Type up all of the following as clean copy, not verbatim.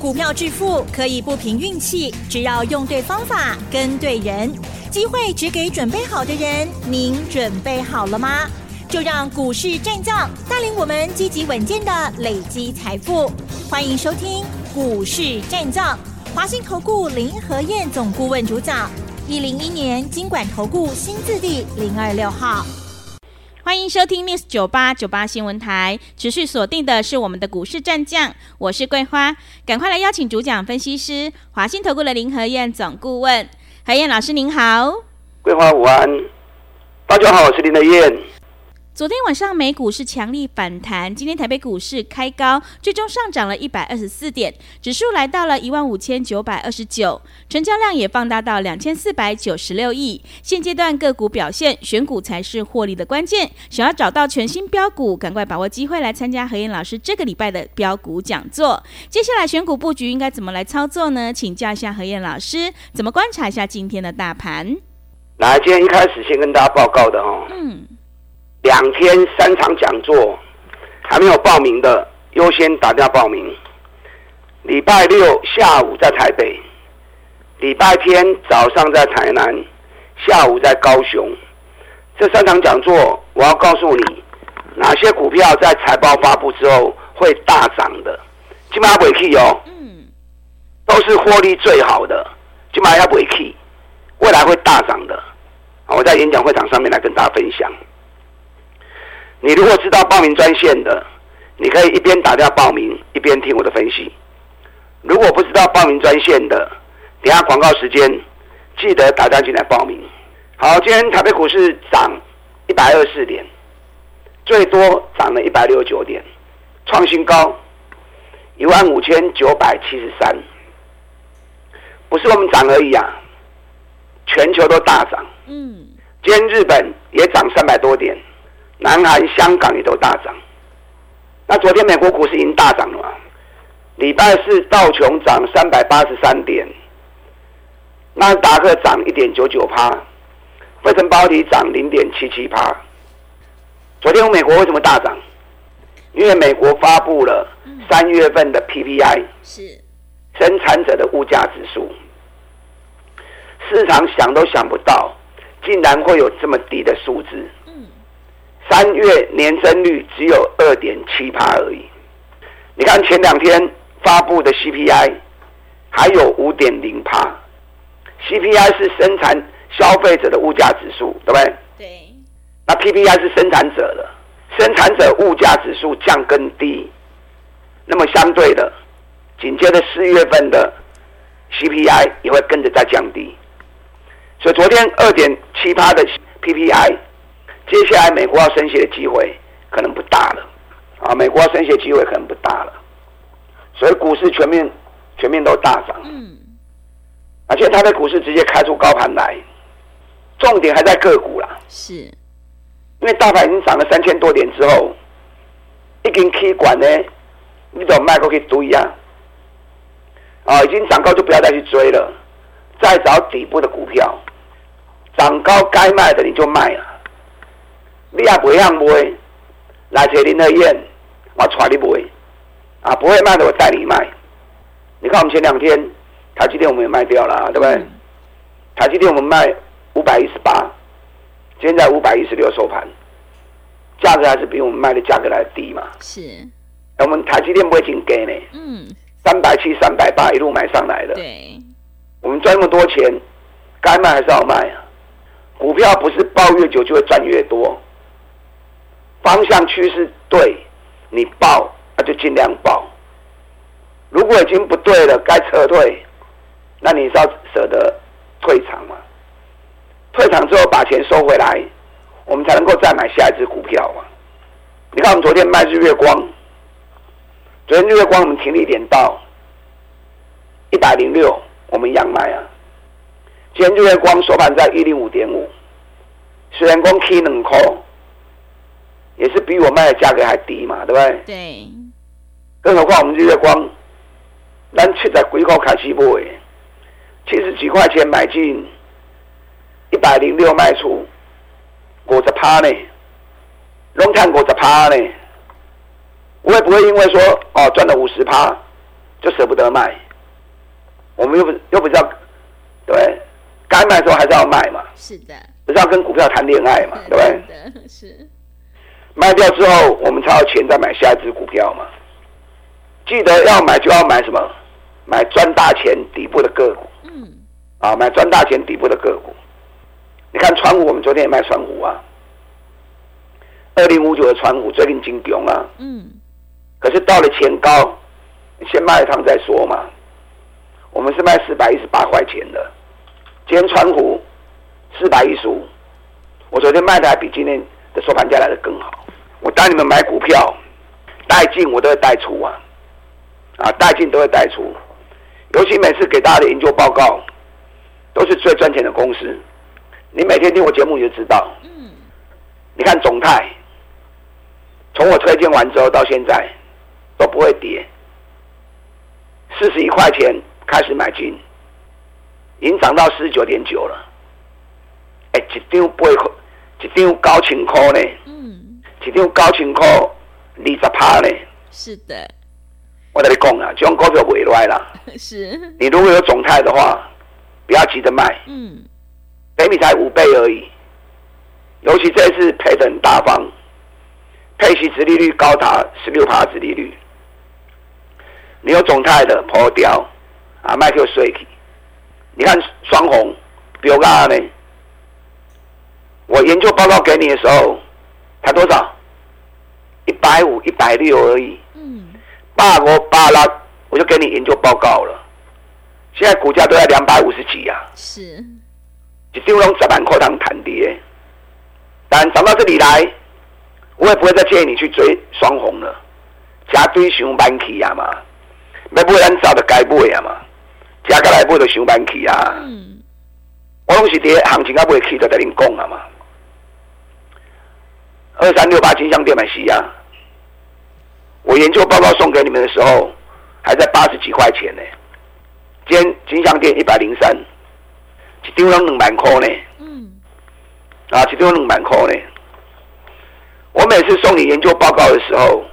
股票致富可以不凭运气，只要用对方法跟对人，机会只给准备好的人。您准备好了吗？就让股市战将带领我们积极稳健的累积财富。欢迎收听股市战将，华信投顾林和彥总顾问主讲，101年金管投顾新字第026号。欢迎收听 News 9898新闻台，持续锁定的是我们的股市战将，我是桂花，赶快来邀请主讲分析师华信投顾的林和彥总顾问。和彥老师您好。 桂花午安，大家好，我是林和彥。 昨天晚上美股是强力反弹，今天台北股市开高，最终上涨了124点，指数来到了15929，成交量也放大到2496亿。现阶段个股表现，选股才是获利的关键。想要找到全新标股，赶快把握机会来参加和彥老师这个礼拜的标股讲座。接下来选股布局应该怎么来操作呢？请教一下和彥老师，怎么观察一下今天的大盘？ 来，今天一开始先跟大家报告的2天3场讲座，还没有报名的优先打电话报名。礼拜六下午在台北，礼拜天早上在台南，下午在高雄。这3场讲座，我要告诉你哪些股票在财报发布之后会大涨的，基本上不会去哦，都是获利最好的，基本上要不会去，未来会大涨的。我在演讲会场上面来跟大家分享。你如果知道报名专线的，你可以一边打电话报名，一边听我的分析。如果不知道报名专线的，等一下广告时间记得打电话进来报名。好，今天台北股市涨124点，最多涨了169点，创新高15973。不是我们涨而已啊，全球都大涨。今天日本也涨300多点。南韩、香港也都大涨。那昨天美国股市已经大涨了嘛？礼拜四道琼涨383点，纳斯达克涨 1.99%， 费城半导体涨 0.77%。昨天美国为什么大涨？因为美国发布了3月份的 PPI， 是生产者的物价指数。市场想都想不到，竟然会有这么低的数字。3月年增率只有 2.7% 而已。你看前2天发布的 CPI 还有 5.0%。 CPI 是生产消费者的物价指数，对不对？ 对。 那 PPI 是生产者的，生产者物价指数降更低，那么相对的，紧接着4月份的 CPI 也会跟着再降低。所以昨天 2.7% 的 PPI，接下来美国要升息的机会可能不大了啊！美国要升息的机会可能不大了，所以股市全面都大涨。而且台北股市直接开出高盘来，重点还在个股啦。是，因为大盘已经涨了3000多点之后，已经起管呢，你都卖过去堆啊！已经涨高就不要再去追了，再找底部的股票，涨高该卖的你就卖了。你也不会让卖，来找林和彥，我带你买，不会卖的我带你卖。你看我们前2天台积电我们也卖掉了，对不对？台积电我们卖518，今天在516收盘，价格还是比我们卖的价格来的低嘛。是，我们台积电不会紧给呢，370、380一路买上来的。对，我们赚那么多钱，该卖还是要卖啊。股票不是抱越久就会赚越多。方向趋势对，你报那就尽量报。如果已经不对了，该撤退，那你是要舍得退场嘛？退场之后把钱收回来，我们才能够再买下一支股票嘛。你看我们昨天卖日月光，昨天日月光我们停利点到106，我们一样卖啊。今天日月光收盘在105.5，虽然说起2块。也是比我卖的价格还低嘛，对不对？对。更何况我们日月光，咱70几块开始买，70几块钱买进，106卖出，50%呢，拢赚50%呢。我也不会因为说赚了50%， 就舍不得卖。我们又不知道，对，该卖的时候还是要卖嘛。 是的， 不是要跟股票谈恋爱嘛，对不对？ 是。 卖掉之后，我们才有钱再买下一支股票嘛。记得要买就要买什么？买赚大钱底部的个股。买赚大钱底部的个股。你看川湖，我们昨天也卖川湖啊。2059的川湖最近金强啊。可是到了前高，你先卖一趟再说嘛。我们是卖418块钱的，今天川湖415，我昨天卖的还比今天的收盘价来的更好。我带你们买股票，带进我都会带出啊，带进都会带出。尤其每次给大家的研究报告，都是最赚钱的公司。你每天听我节目你就知道。你看总泰，从我推荐完之后到现在都不会跌，41块钱开始买进，已经涨到49.9了。一张9,000块呢，一张9,000块20%呢。是的，我跟你讲啊，这种股票不会来啦。是，你如果有总泰的话，不要急着卖。北米才5倍而已，尤其这一次配得很大方，配息殖利率高达16%殖利率。你有总泰的抛掉卖去税去。你看双红标价呢？我研究报告给你的时候，才多少？150、160而已。85、86，我就给你研究报告了。现在股价都在250几啊。是。一张拢10万块当谈跌，但涨到这里来，我也不会再建议你去追双红了，加堆上班去啊嘛，要买咱早就该买啊嘛，加过来买就上班去啊。我拢是伫行情还未起就跟恁讲啊嘛。2368金像电买西啊，我研究报告送给你们的时候，还在80几块钱呢。今天金像电103。一张拢2万块呢，一张2万块呢。我每次送你研究报告的时候，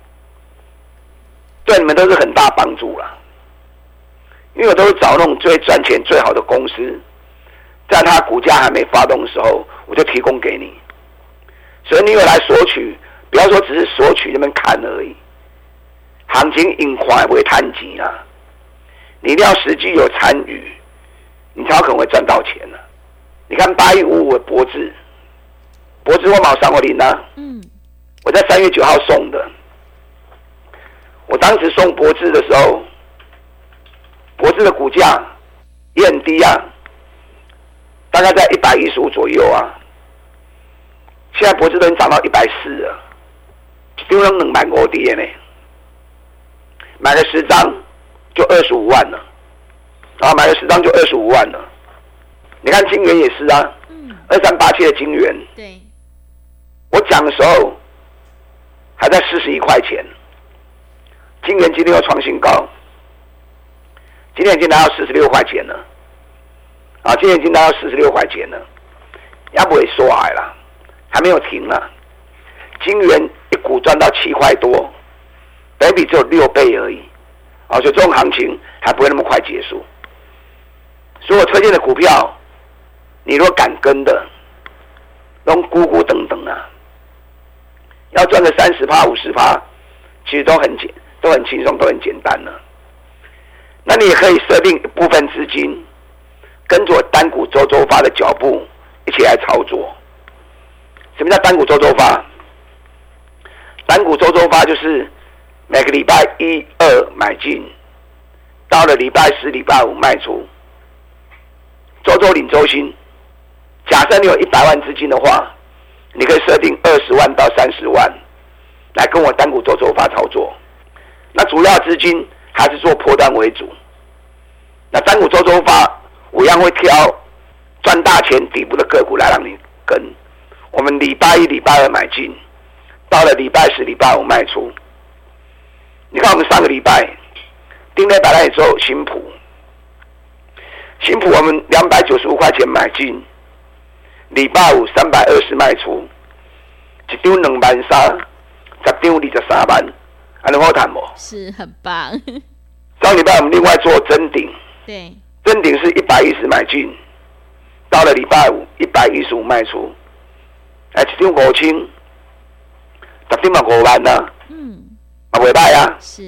对你们都是很大帮助啦。因为我都是找那种最赚钱最好的公司，在它股价还没发动的时候，我就提供给你。所以你有来索取，不要说只是索取那边看而已。行情引快不会贪钱啊，你一定要实际有参与。你才有可能会赚到钱了。你看8155的博智我马上我领啊，我在3月9号送的。我当时送博智的时候，博智的股价也很低啊，大概在115左右啊。现在博智都已经涨到140了，一张2万5跌呢，买了10张就25万了。买了10张就25万了。你看金元也是啊，2387的金元，对，我讲的时候还在41块钱，金元今天又创新高，今天已经来到46块钱了，今天已经来到46块钱了，也不会刷的啦，还没有停啦。金元一股赚到7块多，北比只有6倍而已，所以这种行情还不会那么快结束。所以我推荐的股票，你如果敢跟的，用股股等等啊，要赚个30%、50%，其实都很轻松，都很简单了。那你也可以设定一部分资金，跟着单股周周发的脚步一起来操作。什么叫单股周周发？单股周周发就是每个礼拜1、2买进，到了礼拜4、礼拜5卖出。周周领周薪，假设你有100万资金的话，你可以设定20万到30万来跟我单股周周发操作。那主要资金还是做波段为主。那单股周周发，我一样会挑赚大钱底部的个股来让你跟。我们礼拜1、礼拜2买进，到了礼拜10、礼拜5卖出。你看我们上个礼拜定内摆烂之后，新埔我们295块钱买进，礼拜5 320卖出，一张2万3，10张23万，安尼好谈无？ 是很棒。 上礼拜我们另外做增顶， 对， 增顶是110买进，到了礼拜五115卖出，一张5000，10点嘛5万啊，不错啊。 是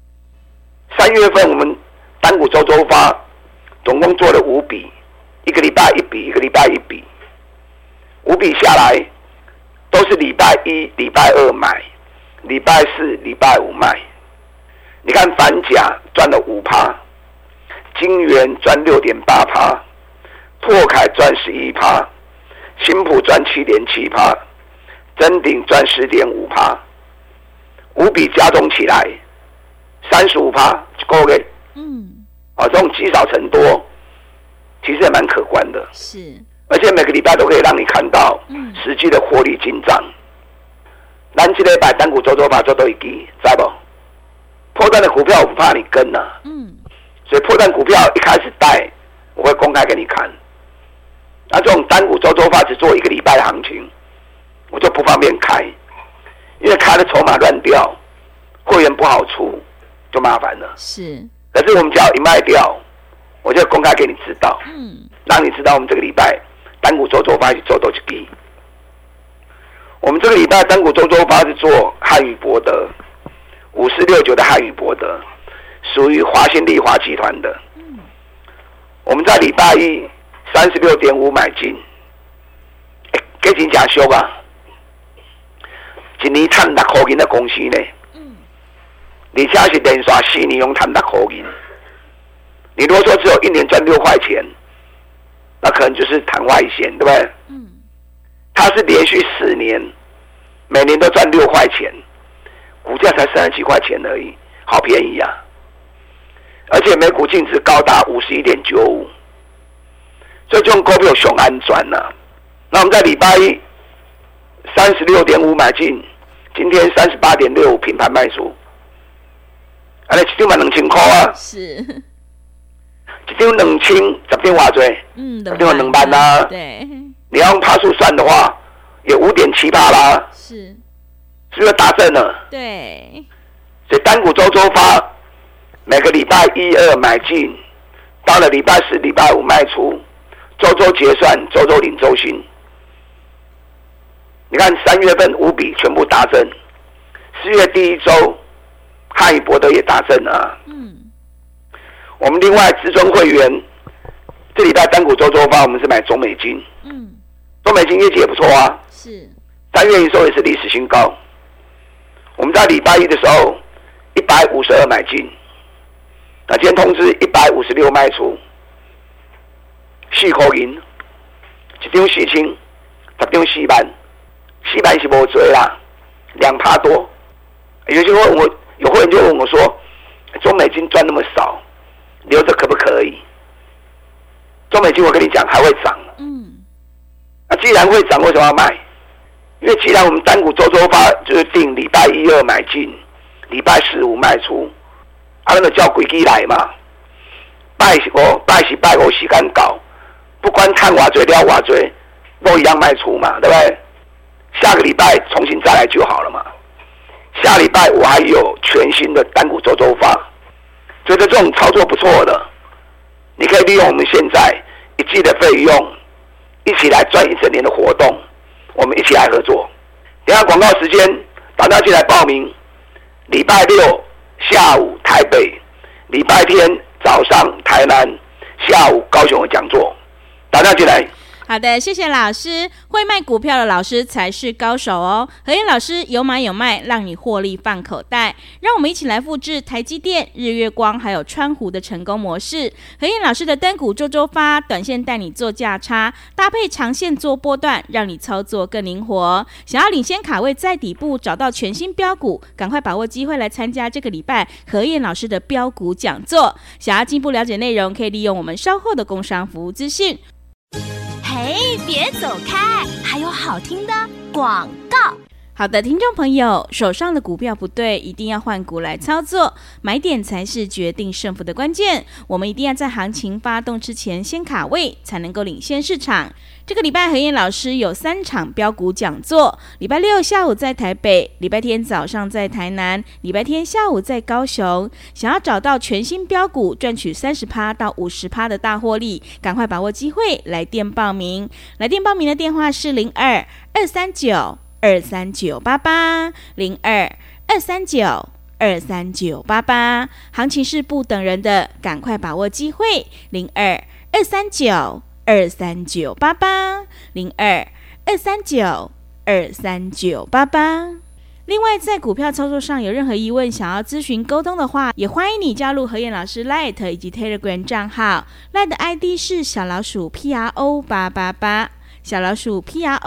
3月份我们单股周周发，总共做了5笔，一个礼拜1笔，一个礼拜1笔，5笔下来都是礼拜1、礼拜2买，礼拜4、礼拜5卖。你看反甲赚了5%，金元赚6.8%，拓凯赚11%，新埔赚7.7%，增顶赚10.5%， 5笔加总起来35%就够了。这种积少成多，其实也蛮可观的。 是， 而且每个礼拜都可以让你看到实际的获利进账。咱这礼拜单股周周发做都一支，知道不？破蛋的股票我不怕你跟啊，所以破蛋股票一开始带，我会公开给你看。那这种单股周周发只做一个礼拜的行情，我就不方便开，因为开的筹码乱掉，会员不好出，就麻烦了。 是， 可是我们只要一卖掉，我就公开给你知道，让你知道我们这个礼拜单股周周发去做多少支。我们这个礼拜单股周周发是做汉语博德，5469的汉语博德，属于华新丽华集团的。我们在礼拜一36.5买进，价钱真俗啊！一年赚6块钱的公司呢，而且是连续4年用赚6块钱。你如果说只有1年赚6块钱，那可能就是昙花一现，对不对？它是连续4年，每年都赚6块钱，股价才37块钱而已，好便宜啊！而且每股净值高达51.95，所以这种股票上安全啊。那我们在礼拜一36.5买进，今天38.65平盘卖出，一张嘛2000块啊， 是， 一张2000，10张多少？10张2万啊。 对， 你要用趴数算的话，也5.7%啦。是不是达阵了？ 对。 所以单股周周发，每个礼拜1、2买进，到了礼拜4、礼拜5卖出，周周结算，周周领周薪。你看3月份5笔全部达阵，4月第1周汉语博德也达阵啊。我们另外资深会员，这礼拜单股周周发，我们是买中美金。中美金业绩也不错啊。是。3月营收也是历史新高。我们在礼拜一的时候152买进，那今天通知156卖出，4块钱，一张4000，10张4万，4万是不多啦，2%多。有些问我，有会员就问我说，中美金赚那么少，留着可不可以？中美金我跟你讲还会涨。那既然会涨，为什么要卖？因为既然我们单股周周发就是定礼拜1、2买进，礼拜4、5卖出，那个叫规矩来嘛。拜是拜5时间到，不管看多少了多少，都一样卖出嘛，对不对？下个礼拜重新再来就好了嘛。下礼拜我还有全新的单股周周发，觉得这种操作不错的，你可以利用我们现在一季的费用，一起来赚1整年的活动，我们一起来合作。等一下广告时间，大家进来报名。礼拜6下午台北，礼拜天早上台南，下午高雄的讲座，大家进来。 好的，谢谢老师。会卖股票的老师才是高手哦。和晏老师有买有卖，让你获利放口袋。让我们一起来复制台积电、日月光还有川湖的成功模式。和晏老师的单股周周发，短线带你做价差，搭配长线做波段，让你操作更灵活。想要领先卡位在底部，找到全新标股，赶快把握机会来参加这个礼拜和晏老师的标股讲座。想要进一步了解内容，可以利用我们稍后的工商服务资讯。 嘿，别走开，还有好听的广告。 好的，听众朋友，手上的股票不对，一定要换股来操作，买点才是决定胜负的关键。我们一定要在行情发动之前先卡位，才能够领先市场。这个礼拜何燕老师有3场标股讲座，礼拜六下午在台北，礼拜天早上在台南，礼拜天下午在高雄。想要找到全新标股，赚取30%到50%的大获利，赶快把握机会，来电报名。来电报名的电话是02-239-23988，02-239-23988。行情是不等人的，赶快把握机会，02-239-23988，02-239-23988。另外，在股票操作上有任何疑问，想要咨询沟通的话，也欢迎你加入何燕老师 LINE 以及 Telegram 账号。LINE 的 ID 是小老鼠 PRO888，小老鼠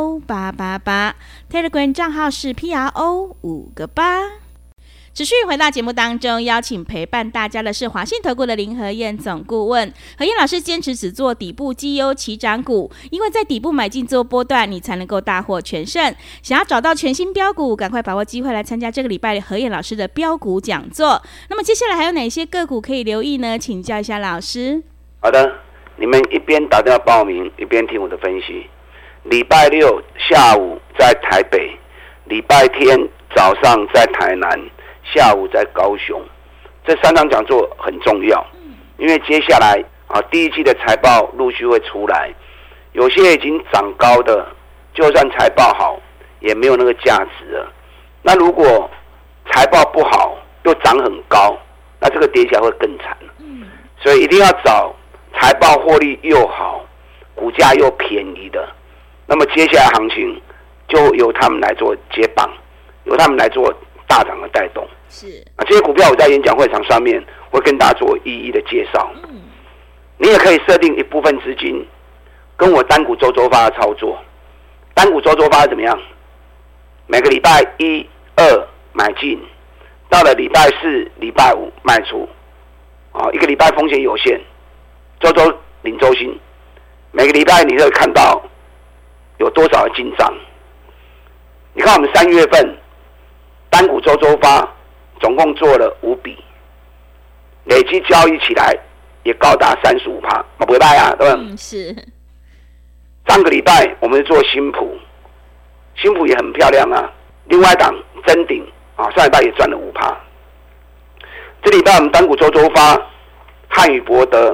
PRO888， Telegram 账号是 PRO5个8。持续回到节目当中，邀请陪伴大家的是华信投顾的林和燕总顾问。和燕老师坚持只做底部绩优起涨股，因为在底部买进做波段，你才能够大获全胜。想要找到全新标股，赶快把握机会来参加这个礼拜和燕老师的标股讲座。那么接下来还有哪些个股可以留意呢？请教一下老师。 好的，你们一边打电话报名，一边听我的分析。礼拜六下午在台北，礼拜天早上在台南，下午在高雄，这3场讲座很重要，因为接下来第一季的财报陆续会出来，有些已经涨高的，就算财报好，也没有那个价值了。那如果财报不好又涨很高，那这个跌起来会更惨。所以一定要找财报获利又好，股价又便宜的。那么接下来行情就由他们来做接棒，由他们来做大涨的带动。 是这些股票我在演讲会场上面会跟大家做一一的介绍。你也可以设定一部分资金，跟我单股周周发的操作。单股周周发怎么样？每个礼拜1、2买进，到了礼拜4、礼拜5卖出。一个礼拜风险有限，周周领周薪。每个礼拜你会看到有多少的进账。你看我们3月份单股周周发总共做了5笔，累计交易起来也高达35%，不会败啊，对吧？ 是。 上个礼拜我们做新埔，新埔也很漂亮啊。另外一档臻鼎上礼拜也赚了5%。这礼拜我们单股周周发，汉语博德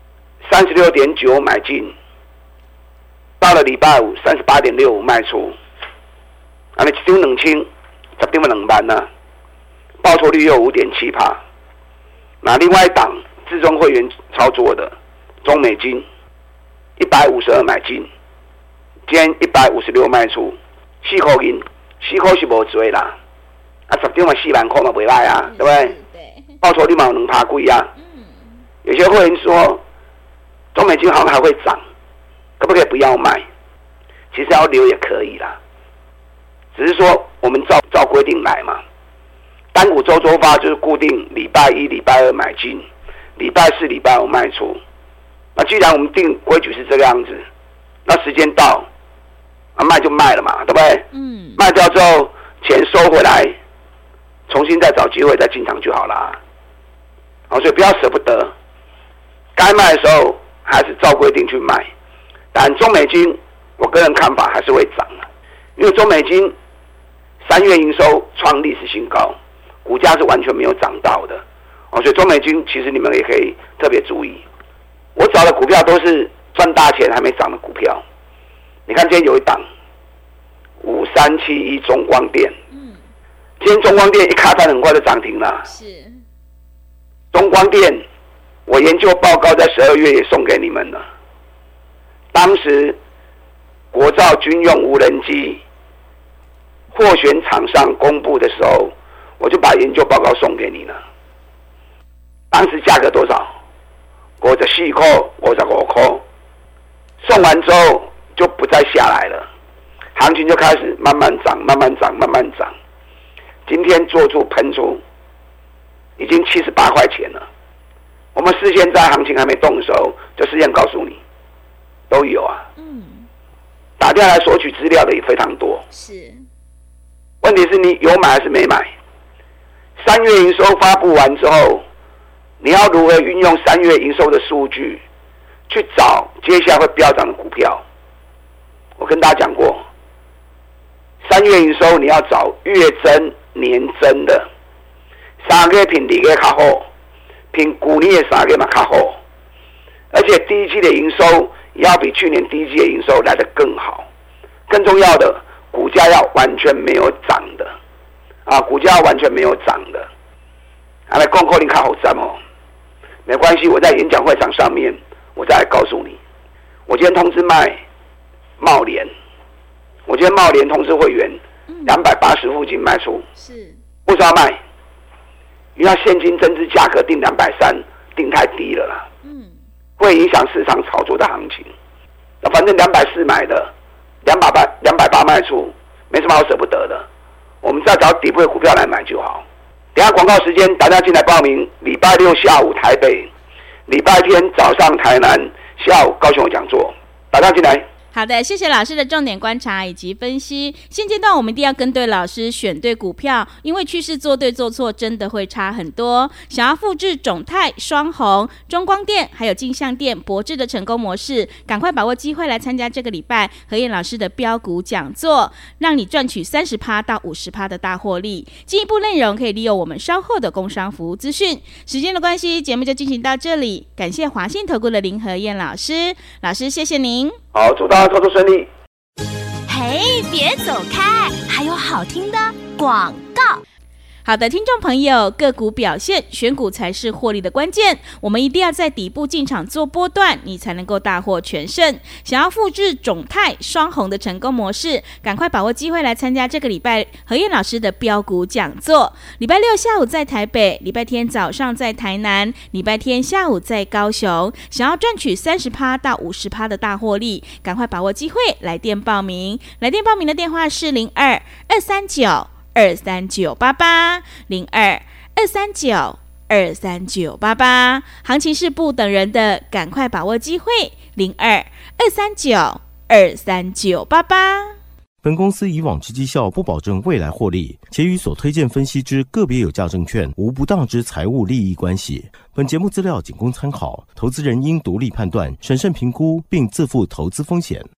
36.9 买进，到了礼拜5 38.65 卖出，一张2000 10张2万啊，报酬率又 5.7%。那另外一档自中会员操作的中美金152买进，今天156卖出，4块银，4块是无多啦，10张嘛4万块嘛不赖啊，对不对？报酬率嘛有2%几啊。有些会员说中美金好像还会涨，可不可以不要卖？其实要留也可以啦，只是说我们照规定来嘛。单股周周发就是固定礼拜1、礼拜2买进，礼拜4、礼拜5卖出。那既然我们定规矩是这个样子，那时间到卖就卖了嘛，对不对？卖掉之后钱收回来，重新再找机会再进场就好了。所以不要舍不得，该卖的时候还是照规定去卖。但中美金我个人看法还是会涨，因为中美金3月营收创历史新高，股价是完全没有涨到的。所以中美金其实你们也可以特别注意。我找的股票都是赚大钱还没涨的股票。你看今天有一档5371中光电，今天中光电一开盘很快就涨停了。 是。 中光电，我研究报告在12月也送给你们了。当时国造军用无人机获选厂商公布的时候，我就把研究报告送给你了。当时价格多少？54块、55块。送完之后就不再下来了，行情就开始慢慢涨，慢慢涨，慢慢涨。今天做出喷出，已经78块钱了。我们事先在行情还没动的时候，就事先告诉你，都有啊。打电话来索取资料的也非常多。 是。 问题是你有买还是没买？3月营收发布完之后，你要如何运用3月营收的数据去找接下来会飙涨的股票？我跟大家讲过，3月营收你要找月增、年增的，3个月比2个月较好，比去年的3个月嘛较好，而且第一季的营收也要比去年第一季的营收来得更好。更重要的，股价要完全没有涨的，股价要完全没有涨的，来讲可能较好赚哦。没关系，我在演讲会场上面，我再来告诉你。我今天通知卖茂联，我今天茂联通知会员280附近卖出。是为什么要卖？因为它现金增资价格定230，定太低了啦。会影响市场炒作的行情。那反正240买的，280卖出，没什么好舍不得的。我们再找底部的股票来买就好。等一下广告时间，大家进来报名。礼拜六下午台北，礼拜天早上台南，下午高雄有讲座，大家进来。 好的，谢谢老师的重点观察以及分析。现阶段我们一定要跟对老师，选对股票，因为趋势做对做错真的会差很多。想要复制种泰、双红、中光电还有镜像电、博智的成功模式，赶快把握机会来参加这个礼拜何燕老师的标股讲座，让你赚取30%到50%的大获利。进一步内容可以利用我们稍后的工商服务资讯。时间的关系，节目就进行到这里，感谢华信投顾的林何燕老师，老师谢谢您。 好，祝大家操作顺利。 嘿，别走开，还有好听的广告。 好的，听众朋友，个股表现，选股才是获利的关键。我们一定要在底部进场做波段，你才能够大获全胜。想要复制种泰、双红的成功模式，赶快把握机会来参加这个礼拜何燕老师的标股讲座。礼拜六下午在台北，礼拜天早上在台南，礼拜天下午在高雄。想要赚取30%到50%的大获利，赶快把握机会，来电报名。来电报名的电话是02-239-23988，02-239-23988。行情是不等人的，赶快把握机会，02-239-23988。 本公司以往之绩效不保证未来获利，且与所推荐分析之个别有价证券无不当之财务利益关系。本节目资料仅供参考，投资人应独立判断、审慎评估，并自负投资风险。